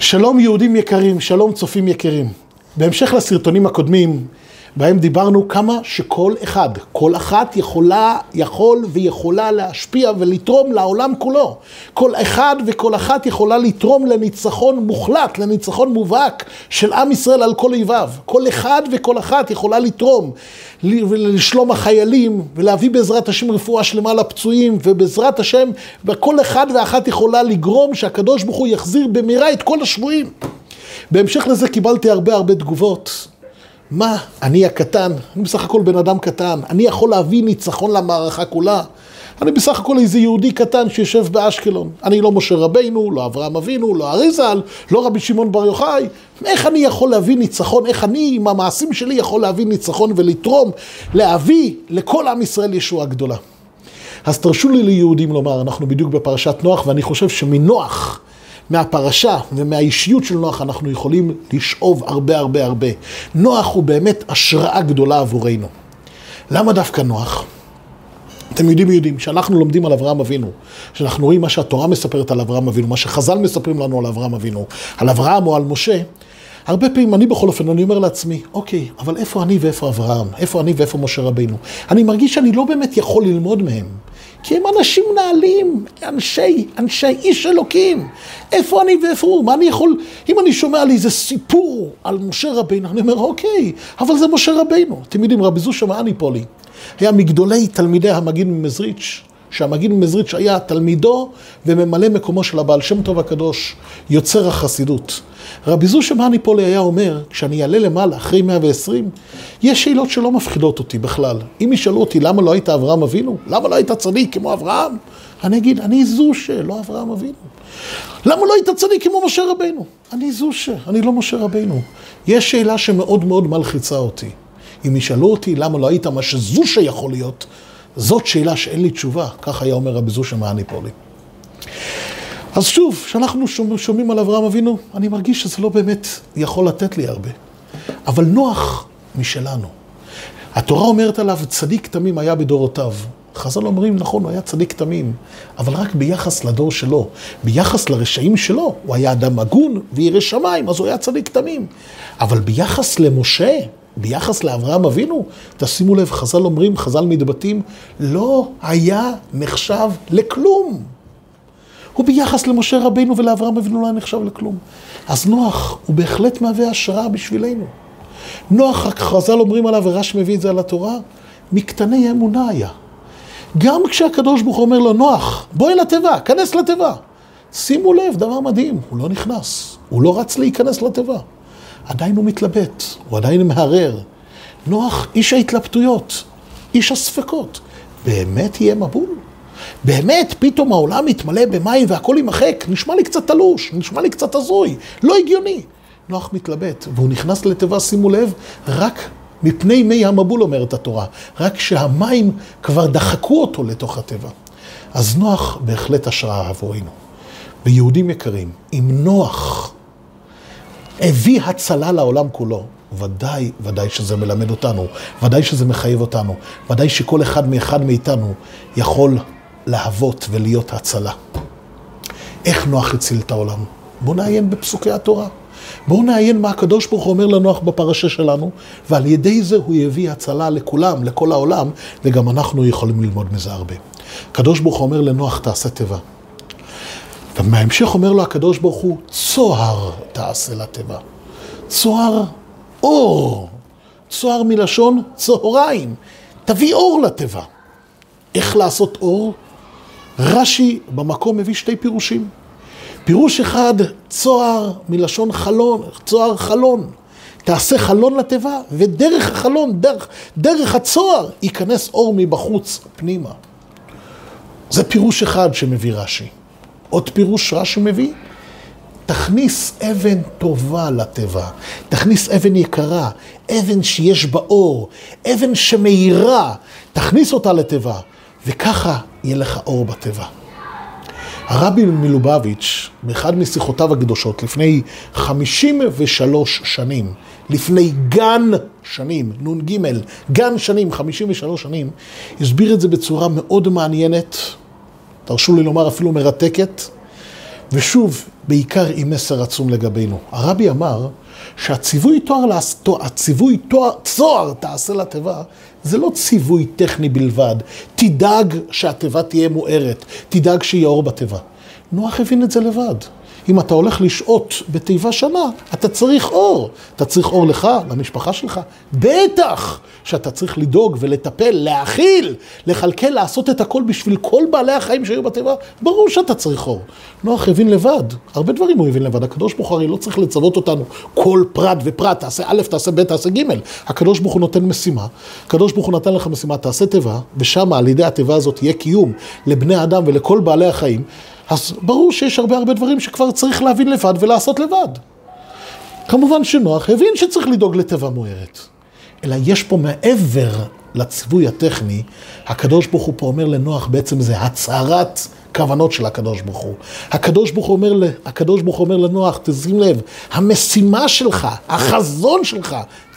שלום יהודים יקרים, שלום צופים יקרים. בהמשך לסרטונים הקודמים, בהם דיברנו כמה שכל אחד, כל אחת יכול ויכולה להשפיע ולתרום לעולם כולו. כל אחד וכל אחת יכולה לתרום לניצחון מוחלט, לניצחון מובהק של עם ישראל על כל אויביו. כל אחד וכל אחת יכולה לתרום לשלום החיילים ולהביא בעזרת השם רפואה שלמה לפצועים, ובעזרת השם כל אחד ואחת יכולה לגרום שהקדוש ברוך הוא יחזיר במהרה את כל השבויים. בהמשך לזה קיבלתי הרבה תגובות. מה? אני הקטן, אני בסך הכל בן אדם קטן, אני יכול להביא ניצחון למערכה כולה. אני בסך הכל איזה יהודי קטן שיושב באשקלון. אני לא משה רבינו, לא אברהם אבינו, לא אריזל, לא רבי שמעון בר יוחאי. איך אני יכול להביא ניצחון? איך אני עם המעשים שלי יכול להביא ניצחון ולתרום, להביא לכל עם ישראל ישועה גדולה? אז תרשו לי ליהודים לומר, אנחנו בדיוק בפרשת נוח, ואני חושב שמנוח, מהפרשה ומהאישיות של נוח אנחנו יכולים לשאוב הרבה. נוח הוא באמת השראה גדולה עבורנו. למה דווקא נוח? אתם יודעים שאנחנו לומדים על אברהם אבינו, שאנחנו רואים מה שהתורה מספרת על אברהם אבינו, מה שחז"ל מספרים לנו על אברהם אבינו, על אברהם או על משה. הרבה פעמים אני בכל אופן, אני אומר לעצמי, אוקיי, אבל איפה אני ואיפה אברהם? איפה אני ואיפה משה רבינו? אני מרגיש שאני לא באמת יכול ללמוד מהם. כי הם אנשים נעלים, אנשי איש אלוקים. איפה אני ואיפה הוא? מה אני יכול, אם אני שומע לי איזה סיפור על משה רבינו, אני אומר, אוקיי, אבל זה משה רבינו. אתם יודעים, רבי זושה מהניפולי היה מגדולי תלמידי המגיד ממזריץ', שהמגיד ממזריץ' היה תלמידו וממלא מקומו של הבעל שם טוב הקדוש, יוצר החסידות. רבי זושה מהניפולי היה אומר, כשאני אעלה למעלה אחרי 120, יש שאלות שלא מפחידות אותי בכלל. אם ישאלו אותי למה לא היית אברהם אבינו, למה לא היית צדיק כמו אברהם, אני אגיד, אני זושה, לא אברהם אבינו. למה לא היית צדיק כמו משה רבינו? אני זושה, אני לא משה רבינו. יש שאלה שמאוד מלחיצה אותי. אם ישאלו אותי למה לא היית מה שזושה יכול להיות, זאת שאלה שאין לי תשובה, כך היה אומר רבי זושה מהניפולי. אז שוב, כשאנחנו שומעים על אברהם אבינו, אני מרגיש שזה לא באמת יכול לתת לי הרבה. אבל נוח משלנו. התורה אומרת עליו, צדיק תמים היה בדורותיו. חז"ל אומרים, נכון, הוא היה צדיק תמים, אבל רק ביחס לדור שלו, ביחס לרשעים שלו, הוא היה אדם הגון וירא שמיים, אז הוא היה צדיק תמים. אבל ביחס למשה, ביחס לאברהם אבינו, תשימו לב, חז"ל אומרים, חז"ל מתבטאים, לא היה נחשב לכלום. הוא ביחס למשה רבינו ולאברהם אבינו לא היה נחשב לכלום. אז נוח הוא בהחלט מהווה השראה בשבילנו. נוח, חז"ל אומרים עליו, ורש מביא את זה על התורה, מקטני האמונה היה. גם כשהקדוש ברוך הוא אומר לו, נוח, בואי לתיבה, כנס לתיבה. שימו לב, דבר מדהים, הוא לא נכנס, הוא לא רץ להיכנס לתיבה. עדיין הוא מתלבט, הוא עדיין מהרר. נוח, איש ההתלבטויות, איש הספקות. באמת יהיה מבול? באמת, פתאום העולם מתמלא במים והכל יימחק. נשמע לי קצת תלוש, נשמע לי קצת הזוי, לא הגיוני. נוח מתלבט, והוא נכנס לתיבה, שימו לב, רק מפני מי המבול אומרת התורה. רק שהמים כבר דחקו אותו לתוך התיבה. אז נוח בהחלט השראה עבורנו. ויהודים יקרים, אם נוח הביא הצלה לעולם כולו, ודאי שזה מלמד אותנו, ודאי שזה מחייב אותנו, ודאי שכל אחד מאיתנו יכול להוות ולהיות הצלה. איך נוח הציל את העולם? בואו נעיין בפסוקי התורה. בואו נעיין מה הקדוש ברוך הוא אומר לנוח בפרשה שלנו, ועל ידי זה הוא יביא הצלה לכולם, לכל העולם, וגם אנחנו יכולים ללמוד מזה הרבה. הקדוש ברוך הוא אומר לנוח, תעשה תיבה. ומההמשך אומר לו הקדוש ברוך הוא, צוהר תעשה לתיבה. צוהר, אור. צוהר מלשון צהריים. תביא אור לתיבה. איך לעשות אור? רש"י במקום מביא שתי פירושים. פירוש אחד, צוהר מלשון חלון, צוהר חלון. תעשה חלון לתיבה, ודרך החלון, דרך הצוהר, ייכנס אור מבחוץ פנימה. זה פירוש אחד שמביא רש"י. עוד פירוש רש"י מביא, תכניס אבן טובה לתיבה, תכניס אבן יקרה, אבן שיש בה אור, אבן שמאירה, תכניס אותה לתיבה, וככה יהיה לך אור בתיבה. הרבי מלובביץ', באחד משיחותיו הקדושות, לפני 53 שנים, לפני גן שנים, נ"ג, גן שנים, 53 שנים, הסביר את זה בצורה מאוד מעניינת, תרשו לי לומר אפילו מרתקת, ושוב, בעיקר עם מסר עצום לגבינו. הרבי אמר שהציווי צוהר תעשה לטבע, זה לא ציווי טכני בלבד. תדאג שהטבע תהיה מוארת, תדאג שיהיה אור בטבע. נוח הבין את זה לבד. אם אתה הולך לשעות בטבע שנה, אתה צריך אור. אתה צריך אור לך, למשפחה שלך. בטח שאתה צריך לדאוג ולטפל, להאכיל, לכלכל, לעשות את הכל בשביל כל בעלי החיים שהיו בטבע. ברור שאתה צריך אור. נוח הבין לבד. הרבה דברים הוא הבין לבד. הקדוש ברוך הוא הרי לא צריך לצוות אותנו כל פרט ופרט. תעשה א', תעשה ב', תעשה ג'. הקדוש ברוך הוא נותן משימה. הקדוש ברוך הוא נתן לך משימה, תעשה טבע, ושם על ידי הטבע הזאת יהיה קיום לבני אדם ולכל בעלי החיים. אז ברור שיש הרבה דברים שכבר צריך להבין לבד ולעשות לבד. כמובן שנוח הבין שצריך לדאוג לטבע מוארת. אלא יש פה מעבר לציווי הטכני, הקדוש ברוך הוא פה אומר לנוח, בעצם זה הצהרת כוונות של הקדוש ברוך הוא. הקדוש ברוך הוא אומר לנוח, תשים לב, המשימה שלך, החזון שלך,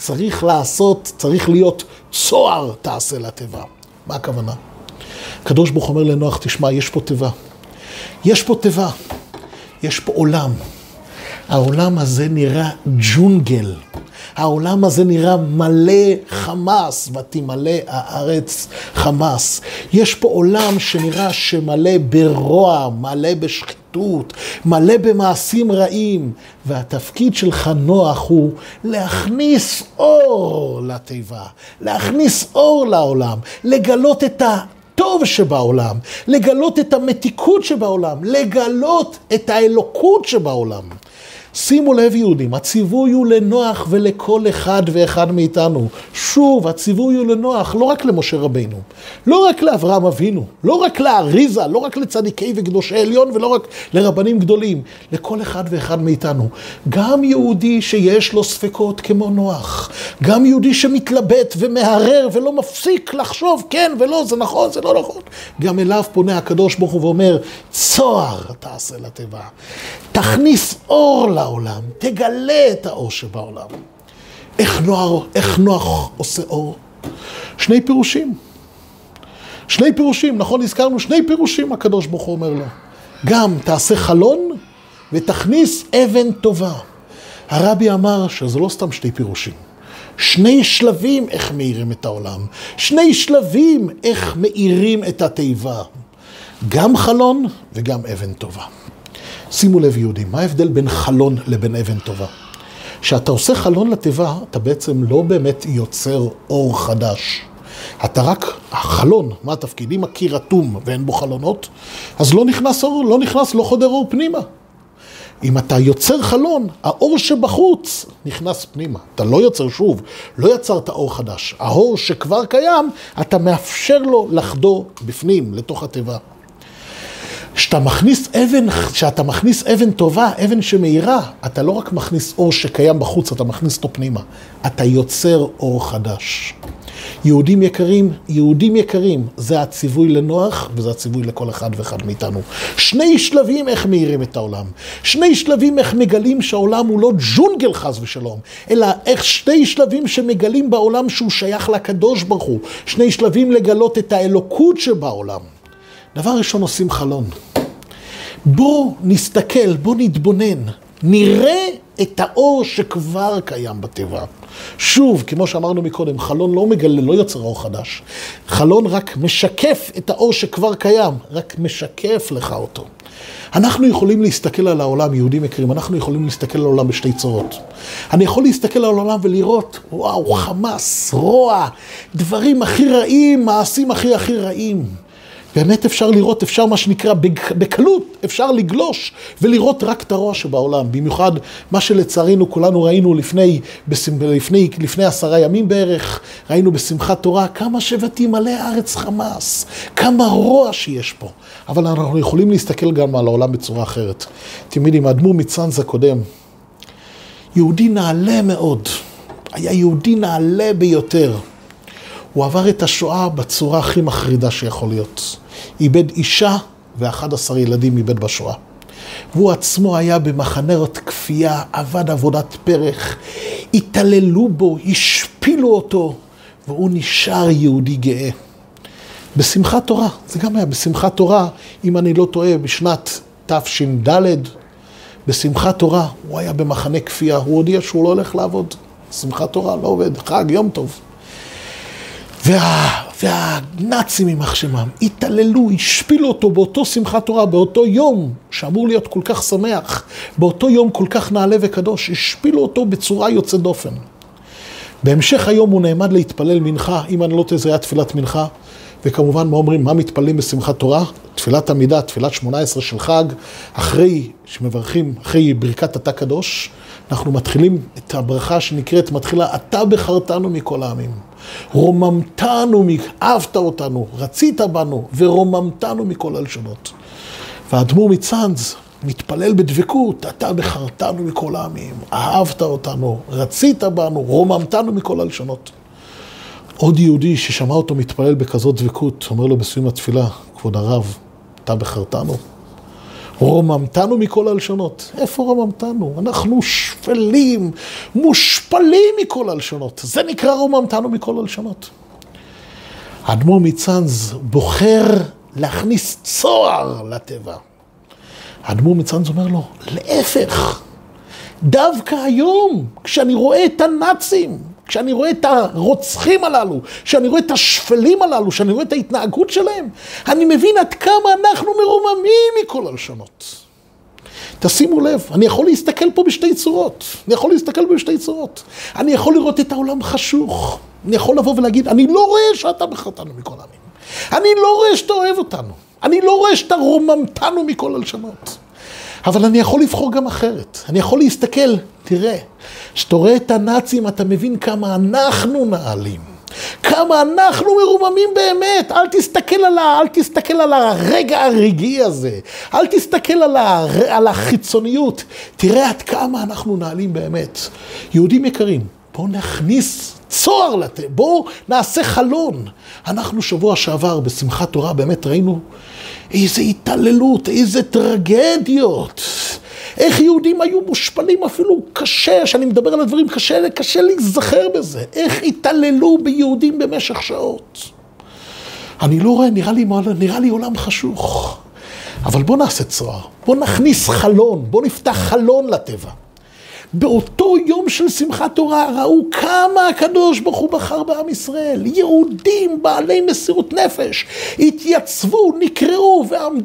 צריך להיות צוהר תעשה לטבע. מה הכוונה? הקדוש ברוך הוא אומר לנוח, תשמע, יש פה טבע. יש פה טבע, יש פה עולם. העולם הזה נראה ג'ונגל. העולם הזה נראה מלא חמאס, ותמלא הארץ חמאס. יש פה עולם שנראה שמלא ברוע, מלא בשחיתות, מלא במעשים רעים. והתפקיד שלך נוח הוא להכניס אור לטבע, להכניס אור לעולם, לגלות את טוב שבעולם, לגלות את המתיקות שבעולם, לגלות את האלוקות שבעולם. שימו לב יהודים, הציווי הוא לנוח ולכל אחד ואחד מאיתנו. שוב, הציווי הוא לנוח, לא רק למשה רבינו, לא רק לאברהם אבינו, לא רק לאריזה, לא רק לצדיקי וקדושי עליון ולא רק לרבנים גדולים, לכל אחד ואחד מאיתנו. גם יהודי שיש לו ספקות כמו נוח, גם יהודי שמתלבט ומהרר ולא מפסיק לחשוב כן ולא, זה נכון, זה לא נכון. גם אליו פונה הקדוש ברוך הוא ואומר, צוהר תעשה לטבע, תכניס אור לעולם, תגלה את האור שבעולם. איך נוח עושה אור? שני פירושים, נכון, הזכרנו שני פירושים, הקדוש ברוך הוא אומר לו. גם תעשה חלון ותכניס אבן טובה. הרבי אמר שזה לא סתם שני פירושים. שני שלבים איך מאירים את העולם. שני שלבים איך מאירים את התיבה. גם חלון וגם אבן טובה. שימו לב יהודים, מה ההבדל בין חלון לבין אבן טובה? כשאתה עושה חלון לטבע, אתה בעצם לא באמת יוצר אור חדש. אתה רק, החלון, מה התפקיד? אם הקיר אטום ואין בו חלונות, אז לא נכנס אור, לא חודר אור פנימה. אם אתה יוצר חלון, האור שבחוץ נכנס פנימה. אתה לא יוצר שוב, לא יצרת אור חדש. האור שכבר קיים, אתה מאפשר לו לחדור בפנים, לתוך הטבע. כשאתה מכניס אבן טובה, אבן שמאירה, אתה לא רק מכניס אור שקיים בחוץ, אתה מכניס אותו פנימה. אתה יוצר אור חדש. יהודים יקרים, זה הציווי לנוח, וזה הציווי לכל אחד ואחד מאיתנו. שני שלבים איך מאירים את העולם. שני שלבים איך מגלים שהעולם הוא לא ג'ונגל חס ושלום, אלא איך שני שלבים שמגלים בעולם שהוא שייך לקדוש ברוך הוא. שני שלבים לגלות את האלוקות שבעולם. דבר ראשון עושים חלון. בוא נסתכל, בוא נתבונן, נראה את האור שכבר קיים בטבע. שוב, כמו שאמרנו מקודם, חלון לא מגלה, לא יוצר אור חדש. חלון רק משקף את האור שכבר קיים, רק משקף לך אותו. אנחנו יכולים להסתכל על העולם, יהודים יקרים, אנחנו יכולים להסתכל על העולם בשתי צורות. אני יכול להסתכל על העולם ולראות, וואו, חמאס, רוע, דברים הכי רעים, מעשים הכי רעים. באמת אפשר לראות, אפשר מה שנקרא בקלות, אפשר לגלוש ולראות רק את הרוע שבעולם. במיוחד מה שלצערנו כולנו ראינו לפני 10 ימים בערך, ראינו בשמחת תורה כמה שבטים מלא הארץ חמאס, כמה רוע שיש פה. אבל אנחנו יכולים להסתכל גם על העולם בצורה אחרת. אתם יודעים, האדמו"ר מצאנז הקודם, יהודי נעלה מאוד, היה יהודי נעלה ביותר. הוא עבר את השואה בצורה הכי מחרידה שיכול להיות. איבד אישה ו11 ילדים איבד בשואה. והוא עצמו היה במחנות כפייה, עבד עבודת פרך, התעללו בו, השפילו אותו, והוא נשאר יהודי גאה. בשמחת תורה, זה גם היה בשמחת תורה, אם אני לא טועה, בשנת תש"ד, בשמחת תורה, הוא היה במחנה כפייה, הוא הודיע שהוא לא הולך לעבוד. שמחת תורה, לא עובד, חג, יום טוב. והנאצים יימח שמם, התעללו, השפילו אותו באותו שמחת תורה, באותו יום שאמור להיות כל כך שמח, באותו יום כל כך נעלה וקדוש, השפילו אותו בצורה יוצאת דופן. בהמשך היום הוא נעמד להתפלל מנחה, אם אני לא טועה זה היה תפילת מנחה, וכמובן מה אומרים, מה מתפללים בשמחת תורה? תפילת עמידה, תפילת 18 של חג, אחרי שמברכים, אחרי ברכת אתה קדוש, אנחנו מתחילים את הברכה שנקראת, מתחילה, אתה בחרתנו מכל העמים. רוממתנו, אהבת אותנו, רצית בנו, ורוממתנו מכל הלשונות. והאדמו"ר מצאנז מתפלל בדבקות, אתה בחרתנו מכל העמים, אהבת אותנו, רצית בנו, רוממתנו מכל הלשונות. עוד יהודי ששמע אותו מתפלל בכזאת דבקות, אומר לו בסיום התפילה, כבוד הרב, אתה בחרתנו, רוממתנו מכל הלשונות. איפה רוממתנו? אנחנו שפלים, מושפלים מכל הלשונות. זה נקרא רוממתנו מכל הלשונות. האדמו"ר מצאנז בוחר להכניס צוהר לטבע. האדמו"ר מצאנז אומר לו, להפך, דווקא היום, כשאני רואה את הנאצים, כשאני רואה את הרוצחים הללו, כשאני רואה את השפלים הללו, כשאני רואה את ההתנהגות שלהם, אני מבין עד כמה אנחנו מרוממים מכל הלשונות. תשימו לב, אני יכול להסתכל פה בשתי צורות. אני יכול לראות את העולם חשוך. אני יכול לבוא ולהגיד, אני לא רואה שאתה בחרתנו מכל העמים. אני לא רואה שאתה אוהב אותנו. אני לא רואה שאתה רוממתנו מכל הלשונות. אבל אני יכול לבחור גם אחרת. אני יכול להסתכל, תראה, שאתה רואה את הנאצים, אתה מבין כמה אנחנו נעלים. כמה אנחנו מרוממים באמת. אל תסתכל על הרגע הרגעי הזה. אל תסתכל על החיצוניות. תראה עד כמה אנחנו נעלים באמת. יהודים יקרים, בואו נכניס צוהר לטבע. בואו נעשה חלון. אנחנו שבוע שעבר בשמחת תורה באמת ראינו איזה התעללות, איזה טרגדיות. איך יהודים היו מושפלים אפילו קשה, שאני מדבר על הדברים, קשה להיזכר בזה. איך התעללו ביהודים במשך שעות. אני לא רואה, נראה לי עולם חשוך. אבל בוא נעשה צוהר, בוא נכניס חלון, בוא נפתח חלון לטבע. באותו יום של שמחת תורה ראו כמה הקדוש ברוך הוא בחר בעם ישראל. יהודים בעלי מסירות נפש התייצבו, נקראו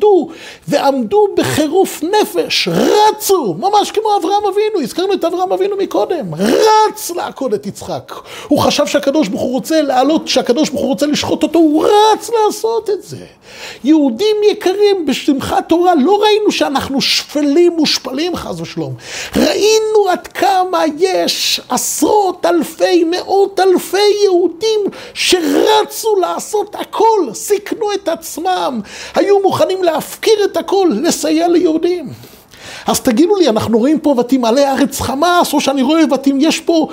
ועמדו בחירוף נפש, רצו, ממש כמו אברהם אבינו, הזכרנו את אברהם אבינו מקודם, רץ לעקוד את יצחק. הוא חשב שהקדוש ברוך הוא רוצה לעלות, שהקדוש ברוך הוא רוצה לשחוט אותו, הוא רץ לעשות את זה. יהודים יקרים, בשמחת תורה לא ראינו שאנחנו שפלים מושפלים חס ושלום. ראינו עד כמה יש עשרות אלפי, מאות אלפי יהודים שרצו לעשות הכל, סיכנו את עצמם, היו מוכנים להפקיר את הכל, לסייע ליהודים. אז תגידו לי, אנחנו רואים פה ותמלא הארץ חמאס, או שאני רואה יש פה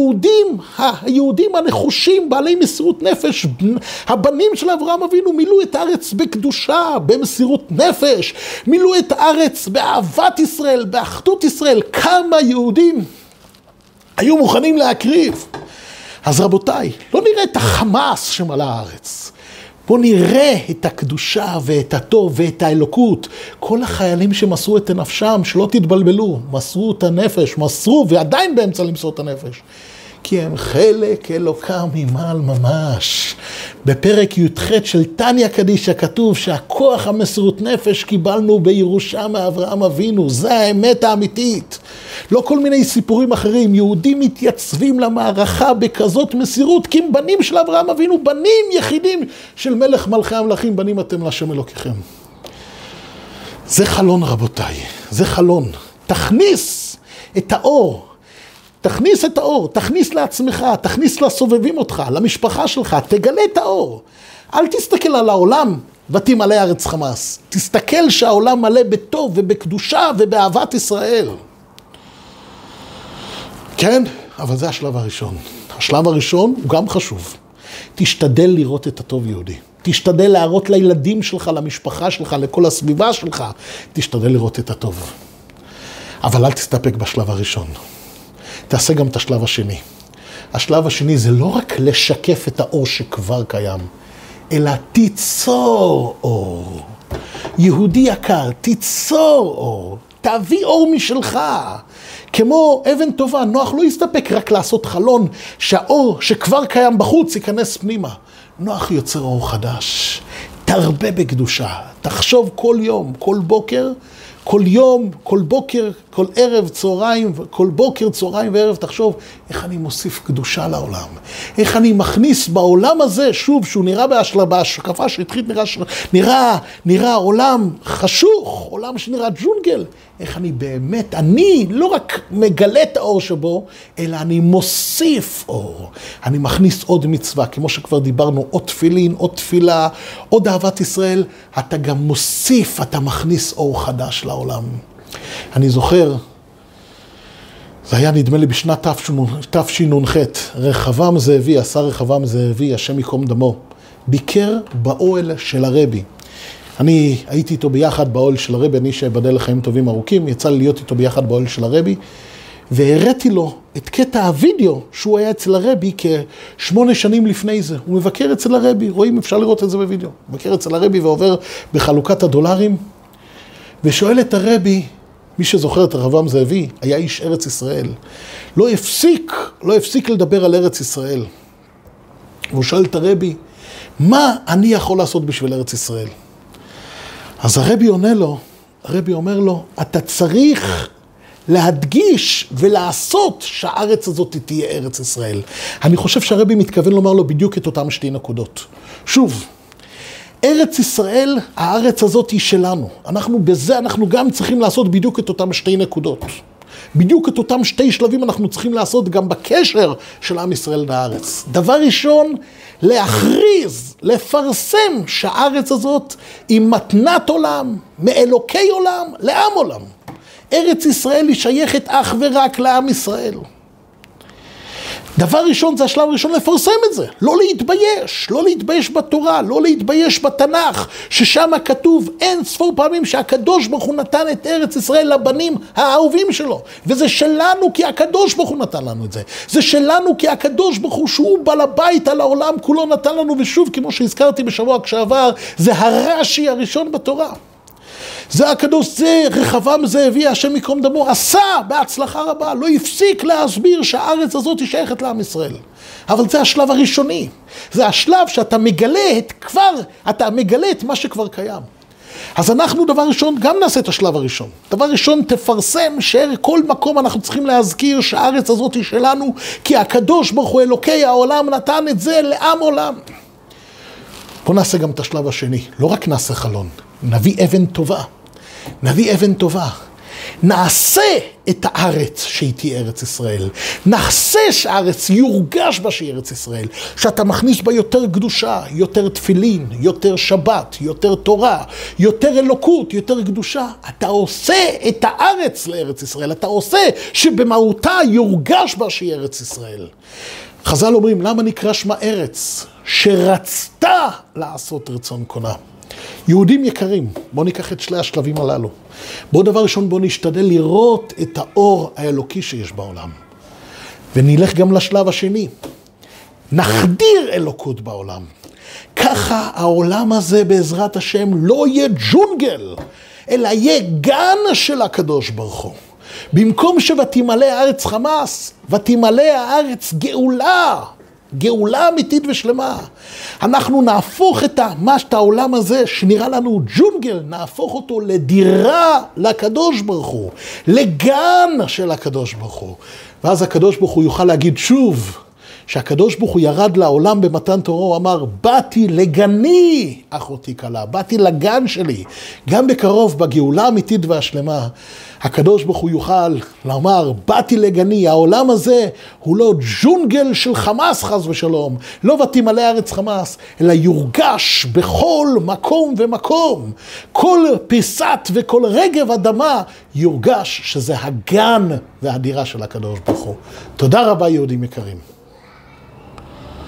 היהודים הנחושים, בעלי מסירות נפש, הבנים של אברהם אבינו מילאו את הארץ בקדושה, במסירות נפש, מילאו את הארץ באהבת ישראל, באחדות ישראל, כמה יהודים היו מוכנים להקריב. אז רבותיי, לא נראה את החמאס שמלא הארץ. בואו נראה את הקדושה ואת הטוב ואת האלוקות. כל החיילים שמסרו את נפשם, שלא תתבלבלו, מסרו את הנפש, מסרו ועדיין באמצע למסור את הנפש. כי הם חלק אלוקם ממעל ממש. בפרק י"ח של תניא קדישא כתוב שהכוח המסירות נפש קיבלנו בירושה מאברהם אבינו. זה האמת האמיתית. לא כל מיני סיפורים אחרים. יהודים מתייצבים למערכה בכזאת מסירות, כי הם בנים של אברהם אבינו, בנים יחידים של מלך מלכי המלכים, בנים אתם להשם אלוקיכם. זה חלון רבותיי, זה חלון. תכניס את האור. תכניס את האור, תכניס לעצמך, תכניס לסובבים אותך, למשפחה שלך, תגלה את האור. אל תסתכל על העולם ותמלא הארץ חמאס. תסתכל שהעולם מלא בטוב ובקדושה ובאהבת ישראל. כן, אבל זה השלב הראשון. השלב הראשון הוא גם חשוב. תשתדל לראות את הטוב יהודי. תשתדל להראות לילדים שלך, למשפחה שלך, לכל הסביבה שלך. תשתדל לראות את הטוב. אבל אל תסתפק בשלב הראשון. תעשה גם את השלב השני. השלב השני זה לא רק לשקף את האור שכבר קיים, אלא תיצור אור. יהודי יקר, תיצור אור. תביא אור משלך. כמו אבן טובה, נוח לא יסתפק רק לעשות חלון, שהאור שכבר קיים בחוץ ייכנס פנימה. נוח יוצר אור חדש, תרבה בקדושה, תחשוב כל יום, כל בוקר, כל יום, כל בוקר, כל ערב, צהריים, כל בוקר, צהריים וערב, תחשוב איך אני מוסיף קדושה לעולם. איך אני מכניס בעולם הזה, שוב, שהוא נראה בהשקפה שהתחיל נראה עולם חשוך, עולם שנראה ג'ונגל. איך אני באמת, אני לא רק מגלה את האור שבו, אלא אני מוסיף אור. אני מכניס עוד מצווה, כמו שכבר דיברנו, עוד תפילין, עוד תפילה, עוד אהבת ישראל. אתה גם מוסיף, אתה מכניס אור חדש לעולם. אני זוכר, זה היה נדמה לי בשנת תשנ"ח, רחבעם זאבי, השר רחבעם זאבי, השם ייקום דמו, ביקר באוהל של הרבי. אני הייתי איתו ביחד באוהל של הרבי, אני שבדל לחיים טובים ארוכים, יצא לי להיות איתו ביחד באוהל של הרבי, והראיתי לו את קטע הוידאו שהוא היה אצל הרבי כ8 שנים לפני זה. הוא מבקר אצל הרבי, רואים, אפשר לראות את זה בוידאו. מבקר אצל הרבי ועובר בחלוקת הדולרים, ושואל את הרבי, מי שזוכר את רחבעם זאבי, היה איש ארץ ישראל. לא הפסיק לדבר על ארץ ישראל. והוא שואל את הרבי, מה אני יכול לעשות בשביל ארץ ישראל? אז הרבי אומר לו, אתה צריך להדגיש ולעשות שהארץ הזאת תהיה ארץ ישראל. אני חושב שהרבי מתכוון לומר לו בדיוק את אותם 2 נקודות. שוב, ארץ ישראל, הארץ הזאת היא שלנו. אנחנו גם צריכים לעשות בדיוק את אותם 2 נקודות. בדיוק את אותם 2 שלבים אנחנו צריכים לעשות גם בקשר של עם ישראל לארץ. דבר ראשון, להכריז, לפרסם שהארץ הזאת היא מתנת עולם, מאלוקי עולם, לעם עולם. ארץ ישראל היא שייכת אך ורק לעם ישראל. דבר ראשון, זה השלב הראשון לפרסם את זה. לא להתבייש בתורה, לא להתבייש בתנ"ך, ששם כתוב אין ספור פעמים שהקדוש ברוך הוא נתן את ארץ ישראל לבנים האהובים שלו. וזה שלנו כי הקדוש ברוך הוא נתן לנו את זה. זה שלנו כי הקדוש ברוך הוא שהוא בעל הבית על העולם כולו נתן לנו, ושוב, כמו שהזכרתי בשבוע שעבר, זה הרש"י הראשון בתורה. זה הקדוש, זה רחבעם זאבי, השם ייקום דמו, עשה בהצלחה רבה, לא הפסיק להסביר שהארץ הזאת היא שייכת לעם ישראל. אבל זה השלב הראשוני. זה השלב שאתה מגלה את מה שכבר קיים. אז אנחנו דבר ראשון, גם נעשה את השלב הראשון. דבר ראשון, תפרסם שכל מקום אנחנו צריכים להזכיר שהארץ הזאת היא שלנו, כי הקדוש ברוך הוא אלוקי העולם נתן את זה לעם עולם. בוא נעשה גם את השלב השני. לא רק נעשה חלון, נביא אבן טובה. נעשה את הארץ שהיא תהיה ארץ ישראל. נעשה שהארץ יורגש בה שהיא ארץ ישראל. שאתה מכניס בה יותר קדושה, יותר תפילין, יותר שבת, יותר תורה, יותר אלוקות, יותר קדושה. אתה עושה את הארץ לארץ ישראל. אתה עושה שבמהותה יורגש בה שהיא ארץ ישראל. חז"ל אומרים, למה נקרא שמה ארץ? שרצתה לעשות רצון קונה. יהודים יקרים, בואו ניקח את 2 השלבים הללו. דבר ראשון, בואו נשתדל לראות את האור האלוקי שיש בעולם. ונלך גם לשלב השני. נחדיר אלוקות בעולם. ככה העולם הזה בעזרת השם לא יהיה ג'ונגל, אלא יהיה גן של הקדוש ברוך הוא. במקום ותמלא הארץ חמאס, ותמלא הארץ גאולה אמיתית ושלמה. אנחנו נהפוך את העולם הזה שנראה לנו ג'ונגל, נהפוך אותו לדירה לקדוש ברוך הוא, לגן של הקדוש ברוך הוא. ואז הקדוש ברוך הוא יוכל להגיד שוב, שהקדוש ברוך הוא ירד לעולם במתן תורה, הוא אמר, באתי לגני אחותי כלה, באתי לגן שלי. גם בקרוב, בגאולה האמיתית והשלמה, הקדוש ברוך הוא יוכל לומר, באתי לגני, העולם הזה הוא לא ג'ונגל של חמאס חס ושלום, לא ותמלא הארץ חמאס, אלא יורגש בכל מקום ומקום. כל פיסת וכל רגב אדמה יורגש שזה הגן והדירה של הקדוש ברוך הוא. תודה רבה יהודים יקרים.